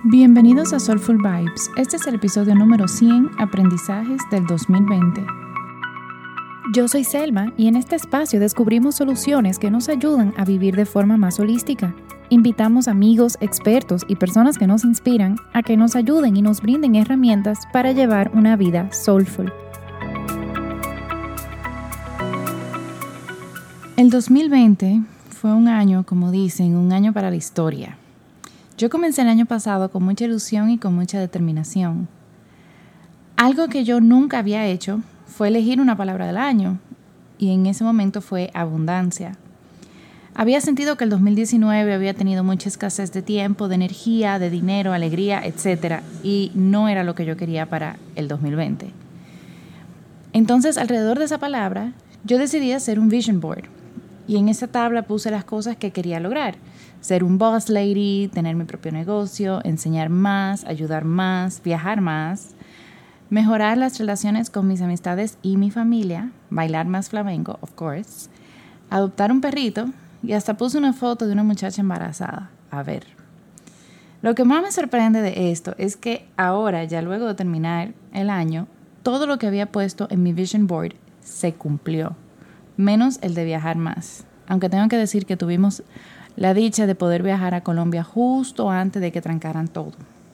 Bienvenidos a Soulful Vibes. Este es el episodio número 100, Aprendizajes del 2020. Yo soy Selma y en este espacio descubrimos soluciones que nos ayudan a vivir de forma más holística. Invitamos amigos, expertos y personas que nos inspiran a que nos ayuden y nos brinden herramientas para llevar una vida soulful. El 2020 fue un año, como dicen, un año para la historia. Yo comencé el año pasado con mucha ilusión y con mucha determinación. Algo que yo nunca había hecho fue elegir una palabra del año, y en ese momento fue abundancia. Había sentido que el 2019 había tenido mucha escasez de tiempo, de energía, de dinero, alegría, etc. Y no era lo que yo quería para el 2020. Entonces, alrededor de esa palabra, yo decidí hacer un vision board. Y en esa tabla puse las cosas que quería lograr. Ser un boss lady, tener mi propio negocio, enseñar más, ayudar más, viajar más, mejorar las relaciones con mis amistades y mi familia, bailar más flamenco, of course, adoptar un perrito y hasta puse una foto de una muchacha embarazada. A ver. Lo que más me sorprende de esto es que ahora, ya luego de terminar el año, todo lo que había puesto en mi vision board se cumplió, menos el de viajar más. Aunque tengo que decir que tuvimos la dicha de poder viajar a Colombia justo antes de que trancaran todo.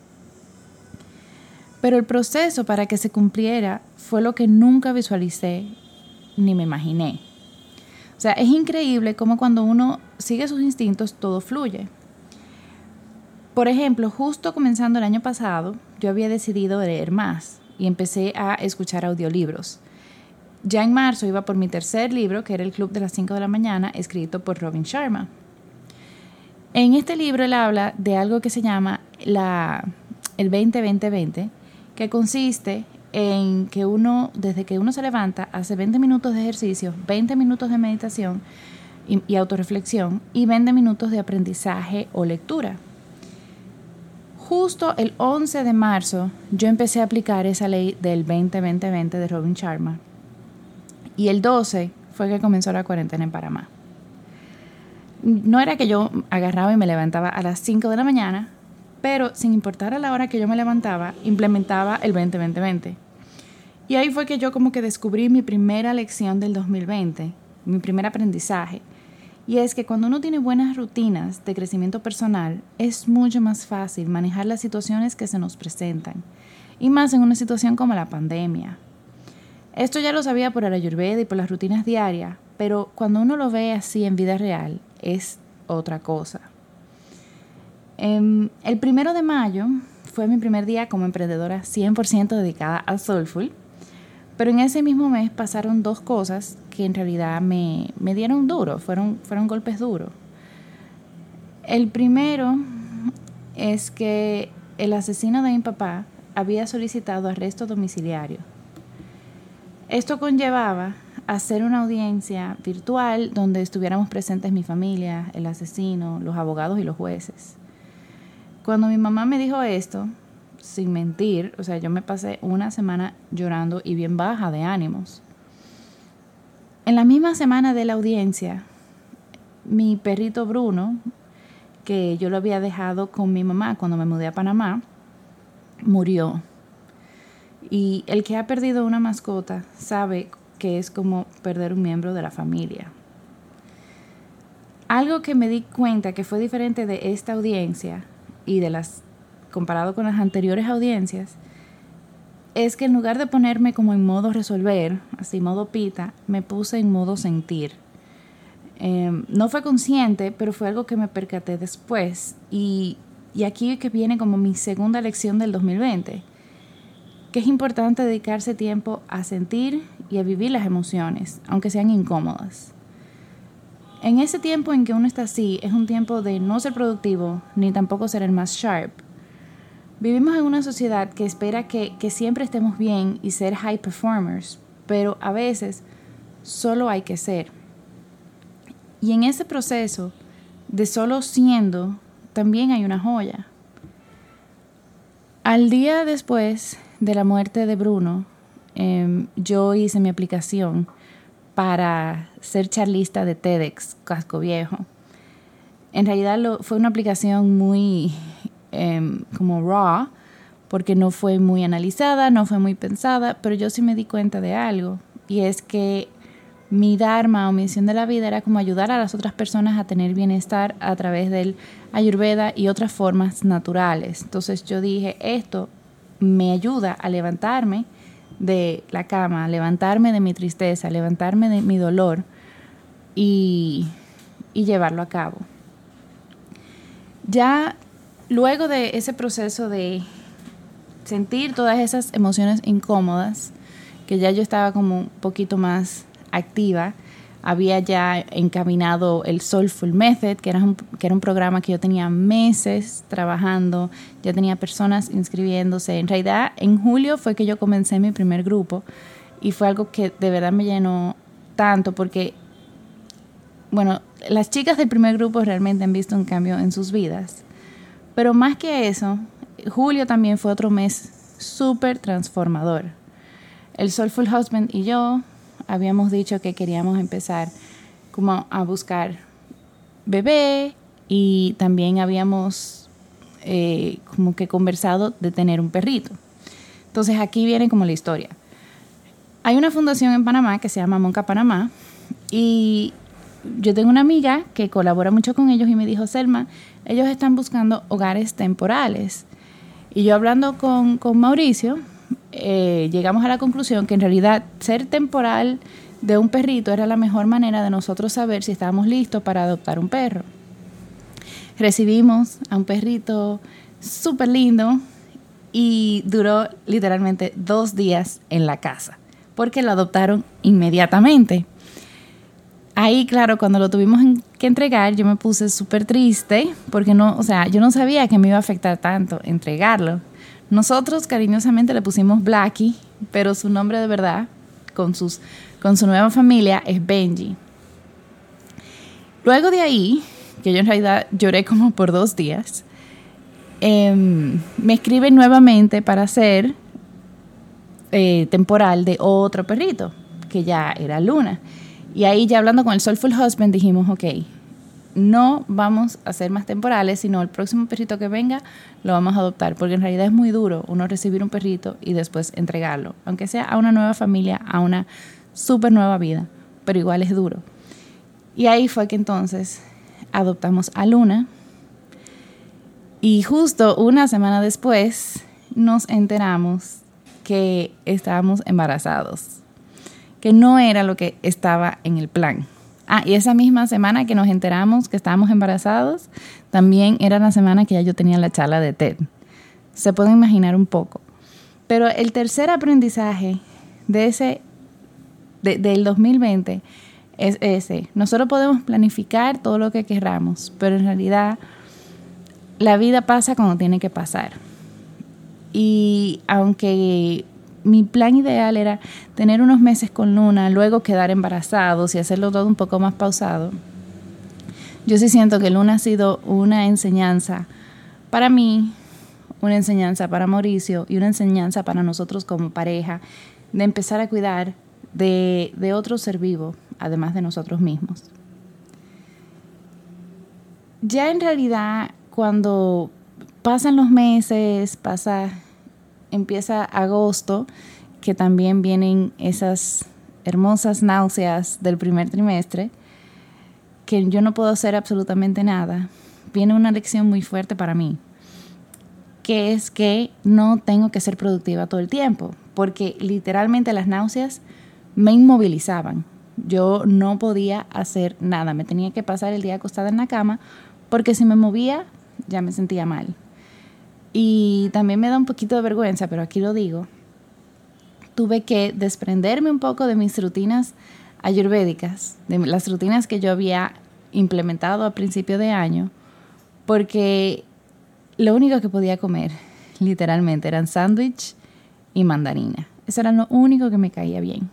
Pero el proceso para que se cumpliera fue lo que nunca visualicé ni me imaginé. O sea, es increíble cómo cuando uno sigue sus instintos todo fluye. Por ejemplo, justo comenzando el año pasado, yo había decidido leer más y empecé a escuchar audiolibros. Ya en marzo iba por mi tercer libro, que era El Club de las 5 de la mañana, escrito por Robin Sharma. En este libro él habla de algo que se llama el 20-20-20, que consiste en que desde que uno se levanta, hace 20 minutos de ejercicio, 20 minutos de meditación y autorreflexión y 20 minutos de aprendizaje o lectura. Justo el 11 de marzo yo empecé a aplicar esa ley del 20-20-20 de Robin Sharma. Y el 12 fue que comenzó la cuarentena en Panamá. No era que yo agarraba y me levantaba a las 5 de la mañana, pero sin importar a la hora que yo me levantaba, implementaba el 20-20-20. Y ahí fue que yo como que descubrí mi primera lección del 2020, mi primer aprendizaje. Y es que cuando uno tiene buenas rutinas de crecimiento personal, es mucho más fácil manejar las situaciones que se nos presentan. Y más en una situación como la pandemia. Esto ya lo sabía por el Ayurveda y por las rutinas diarias, pero cuando uno lo ve así en vida real, es otra cosa. El 1 de mayo fue mi primer día como emprendedora 100% dedicada al Soulful, pero en ese mismo mes pasaron dos cosas que en realidad me dieron duro, fueron golpes duros. El primero es que el asesino de mi papá había solicitado arresto domiciliario. Esto conllevaba hacer una audiencia virtual donde estuviéramos presentes mi familia, el asesino, los abogados y los jueces. Cuando mi mamá me dijo esto, sin mentir, o sea, yo me pasé una semana llorando y bien baja de ánimos. En la misma semana de la audiencia, mi perrito Bruno, que yo lo había dejado con mi mamá cuando me mudé a Panamá, murió. Y el que ha perdido una mascota sabe que es como perder un miembro de la familia. Algo que me di cuenta que fue diferente de esta audiencia y comparado con las anteriores audiencias, es que en lugar de ponerme como en modo resolver, así modo pita, me puse en modo sentir. No fue consciente, pero fue algo que me percaté después. Y aquí es que viene como mi segunda lección del 2020. Que es importante dedicarse tiempo a sentir y a vivir las emociones, aunque sean incómodas. En ese tiempo en que uno está así, es un tiempo de no ser productivo, ni tampoco ser el más sharp. Vivimos en una sociedad que espera que siempre estemos bien y ser high performers, pero a veces solo hay que ser. Y en ese proceso de solo siendo, también hay una joya. Al día después de la muerte de Bruno, yo hice mi aplicación para ser charlista de TEDx Casco Viejo. En realidad fue una aplicación muy como raw, porque no fue muy analizada, no fue muy pensada, pero yo sí me di cuenta de algo, y es que mi dharma o misión de la vida era como ayudar a las otras personas a tener bienestar a través del Ayurveda y otras formas naturales. Entonces yo dije, esto me ayuda a levantarme de la cama, a levantarme de mi tristeza, a levantarme de mi dolor y llevarlo a cabo. Ya luego de ese proceso de sentir todas esas emociones incómodas, que ya yo estaba como un poquito más activa, había ya encaminado el Soulful Method, que era un programa que yo tenía meses trabajando, ya tenía personas inscribiéndose. En realidad, en julio fue que yo comencé mi primer grupo y fue algo que de verdad me llenó tanto porque, bueno, las chicas del primer grupo realmente han visto un cambio en sus vidas. Pero más que eso, julio también fue otro mes súper transformador. El Soulful Husband y yo habíamos dicho que queríamos empezar como a buscar bebé y también habíamos como que conversado de tener un perrito. Entonces aquí viene como la historia. Hay una fundación en Panamá que se llama Monca Panamá y yo tengo una amiga que colabora mucho con ellos y me dijo, Selma, ellos están buscando hogares temporales. Y yo hablando con Mauricio, llegamos a la conclusión que en realidad ser temporal de un perrito era la mejor manera de nosotros saber si estábamos listos para adoptar un perro. Recibimos a un perrito súper lindo y duró literalmente 2 días en la casa porque lo adoptaron inmediatamente. Ahí, claro, cuando lo tuvimos que entregar, yo me puse súper triste porque yo no sabía que me iba a afectar tanto entregarlo. Nosotros cariñosamente le pusimos Blackie, pero su nombre de verdad, con su nueva familia, es Benji. Luego de ahí, que yo en realidad lloré como por 2 días, me escriben nuevamente para hacer temporal de otro perrito, que ya era Luna. Y ahí ya hablando con el Soulful Husband dijimos, ok, no vamos a hacer más temporales, sino el próximo perrito que venga lo vamos a adoptar, porque en realidad es muy duro uno recibir un perrito y después entregarlo, aunque sea a una nueva familia, a una súper nueva vida, pero igual es duro. Y ahí fue que entonces adoptamos a Luna y justo una semana después nos enteramos que estábamos embarazados, que no era lo que estaba en el plan. Y esa misma semana que nos enteramos que estábamos embarazados, también era la semana que ya yo tenía la charla de TED. Se pueden imaginar un poco. Pero el tercer aprendizaje del 2020 es ese. Nosotros podemos planificar todo lo que queramos, pero en realidad la vida pasa cuando tiene que pasar. Y aunque mi plan ideal era tener unos meses con Luna, luego quedar embarazados y hacerlo todo un poco más pausado, yo sí siento que Luna ha sido una enseñanza para mí, una enseñanza para Mauricio y una enseñanza para nosotros como pareja de empezar a cuidar de otro ser vivo, además de nosotros mismos. Ya en realidad, cuando pasan los meses, empieza agosto, que también vienen esas hermosas náuseas del primer trimestre, que yo no puedo hacer absolutamente nada. Viene una lección muy fuerte para mí, que es que no tengo que ser productiva todo el tiempo, porque literalmente las náuseas me inmovilizaban. Yo no podía hacer nada, me tenía que pasar el día acostada en la cama, porque si me movía ya me sentía mal. Y también me da un poquito de vergüenza, pero aquí lo digo. Tuve que desprenderme un poco de mis rutinas ayurvédicas, de las rutinas que yo había implementado a principio de año, porque lo único que podía comer, literalmente, eran sándwich y mandarina. Eso era lo único que me caía bien.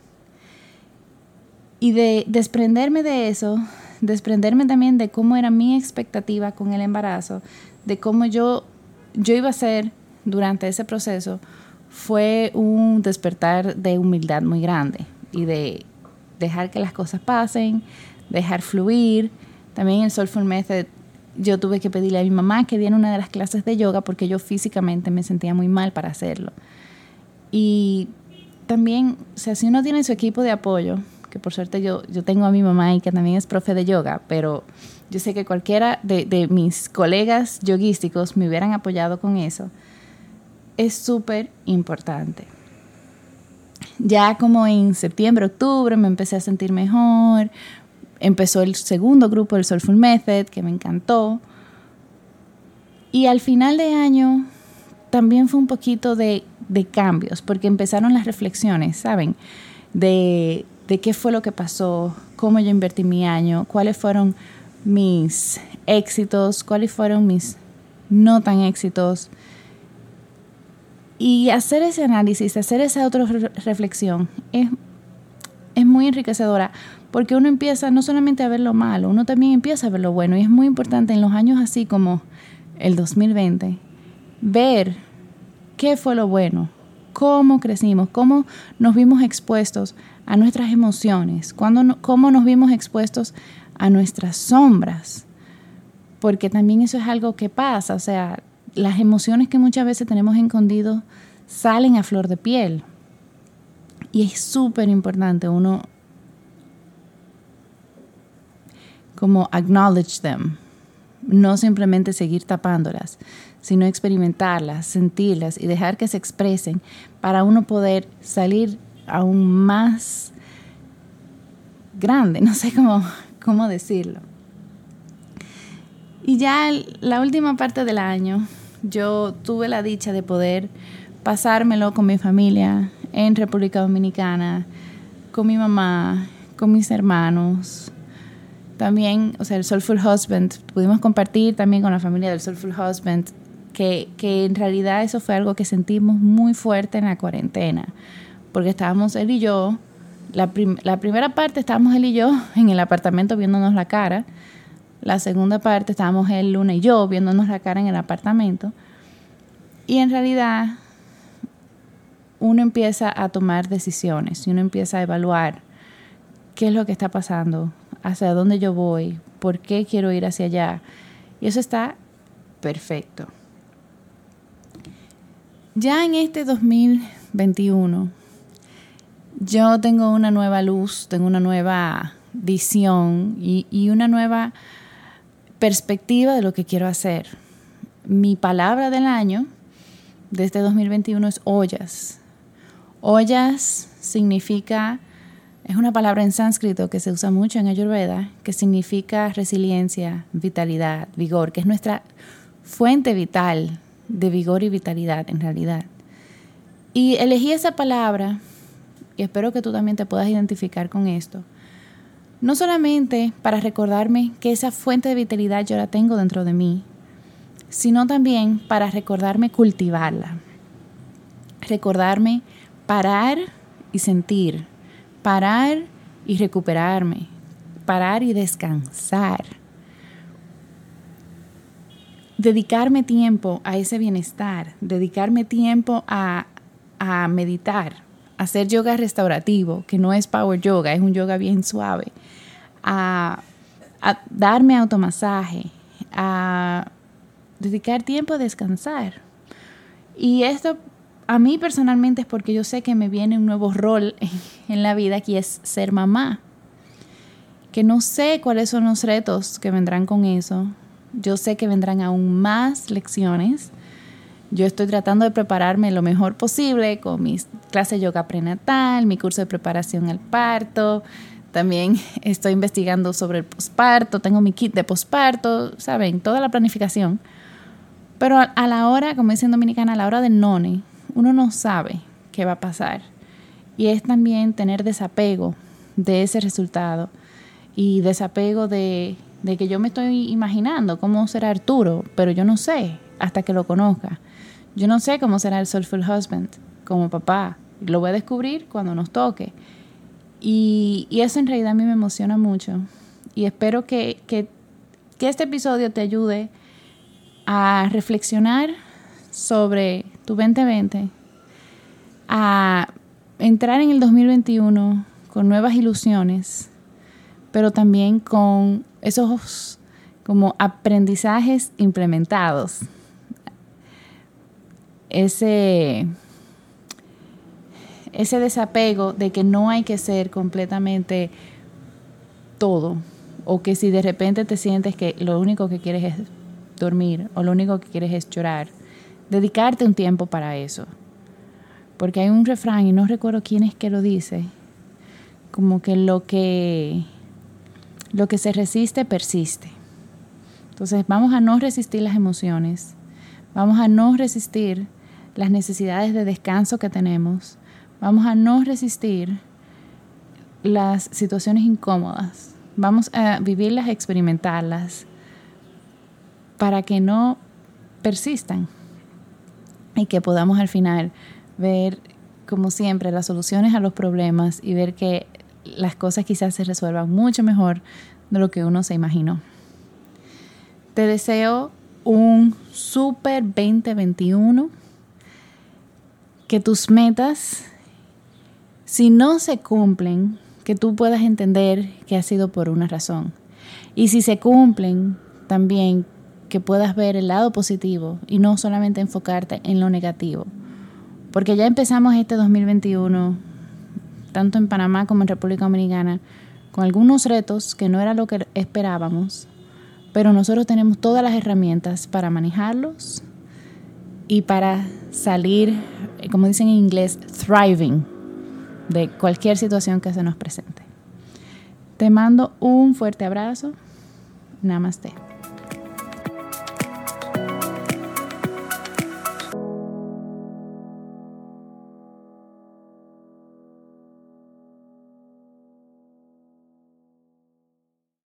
Y de desprenderme de eso, desprenderme también de cómo era mi expectativa con el embarazo, de cómo yo iba a ser durante ese proceso, fue un despertar de humildad muy grande y de dejar que las cosas pasen, dejar fluir. También el Soulful Method yo tuve que pedirle a mi mamá que diera una de las clases de yoga porque yo físicamente me sentía muy mal para hacerlo. Y también, o sea, si uno tiene su equipo de apoyo, que por suerte yo tengo a mi mamá y que también es profe de yoga, pero yo sé que cualquiera de mis colegas yoguísticos me hubieran apoyado con eso, es súper importante. Ya como en septiembre, octubre me empecé a sentir mejor, empezó el segundo grupo, el Soulful Method, que me encantó. Y al final de año también fue un poquito de cambios, porque empezaron las reflexiones, ¿saben? De qué fue lo que pasó, cómo yo invertí mi año, cuáles fueron mis éxitos, cuáles fueron mis no tan éxitos. Y hacer ese análisis, hacer esa otra reflexión es muy enriquecedora, porque uno empieza no solamente a ver lo malo, uno también empieza a ver lo bueno. Y es muy importante en los años así como el 2020, ver qué fue lo bueno, cómo crecimos, cómo nos vimos expuestos a nuestras emociones, cómo nos vimos expuestos a nuestras sombras, porque también eso es algo que pasa, o sea, las emociones que muchas veces tenemos escondidos salen a flor de piel. Y es súper importante uno como acknowledge them, no simplemente seguir tapándolas, sino experimentarlas, sentirlas y dejar que se expresen para uno poder salir aún más grande, no sé cómo decirlo. Y ya la última parte del año, yo tuve la dicha de poder pasármelo con mi familia en República Dominicana, con mi mamá, con mis hermanos. También, o sea, el Soulful Husband, pudimos compartir también con la familia del Soulful Husband, que en realidad eso fue algo que sentimos muy fuerte en la cuarentena, porque estábamos él y yo, la primera parte estábamos él y yo en el apartamento viéndonos la cara, la segunda parte estábamos él, Luna y yo viéndonos la cara en el apartamento, y en realidad uno empieza a tomar decisiones y uno empieza a evaluar qué es lo que está pasando, hacia dónde yo voy, por qué quiero ir hacia allá. Y eso está perfecto. Ya en este 2021, yo tengo una nueva luz, tengo una nueva visión y una nueva perspectiva de lo que quiero hacer. Mi palabra del año de este 2021 es ollas. Ollas significa, es una palabra en sánscrito que se usa mucho en Ayurveda, que significa resiliencia, vitalidad, vigor, que es nuestra fuente vital de vigor y vitalidad en realidad. Y elegí esa palabra, y espero que tú también te puedas identificar con esto, no solamente para recordarme que esa fuente de vitalidad yo la tengo dentro de mí, sino también para recordarme cultivarla, recordarme parar y sentir, parar y recuperarme, parar y descansar, dedicarme tiempo a ese bienestar, dedicarme tiempo a meditar, a hacer yoga restaurativo, que no es power yoga, es un yoga bien suave, a darme automasaje, a dedicar tiempo a descansar. Y esto a mí personalmente es porque yo sé que me viene un nuevo rol en la vida, que es ser mamá, que no sé cuáles son los retos que vendrán con eso. Yo sé que vendrán aún más lecciones. Yo estoy tratando de prepararme lo mejor posible con mis clases de yoga prenatal, mi curso de preparación al parto. También estoy investigando sobre el posparto, tengo mi kit de posparto, ¿saben? Toda la planificación. Pero a la hora, como dicen en Dominicana, a la hora del none, uno no sabe qué va a pasar. Y es también tener desapego de ese resultado y desapego de que yo me estoy imaginando cómo será Arturo, pero yo no sé hasta que lo conozca. Yo no sé cómo será el Soulful Husband como papá. Lo voy a descubrir cuando nos toque. Y eso en realidad a mí me emociona mucho. Y espero que este episodio te ayude a reflexionar sobre tu 2020, a entrar en el 2021 con nuevas ilusiones, pero también con como aprendizajes implementados. Ese desapego de que no hay que ser completamente todo, o que si de repente te sientes que lo único que quieres es dormir o lo único que quieres es llorar, dedicarte un tiempo para eso. Porque hay un refrán, y no recuerdo quién es que lo dice, como que lo que se resiste, persiste. Entonces vamos a no resistir las emociones, vamos a no resistir las necesidades de descanso que tenemos, vamos a no resistir las situaciones incómodas, vamos a vivirlas, experimentarlas, para que no persistan y que podamos al final ver, como siempre, las soluciones a los problemas y ver que las cosas quizás se resuelvan mucho mejor de lo que uno se imaginó. Te deseo un súper 2021, que tus metas, si no se cumplen, que tú puedas entender que ha sido por una razón. Y si se cumplen, también que puedas ver el lado positivo y no solamente enfocarte en lo negativo. Porque ya empezamos este 2021, tanto en Panamá como en República Dominicana, con algunos retos que no era lo que esperábamos, pero nosotros tenemos todas las herramientas para manejarlos y para salir, como dicen en inglés, thriving de cualquier situación que se nos presente. Te mando un fuerte abrazo. Namaste.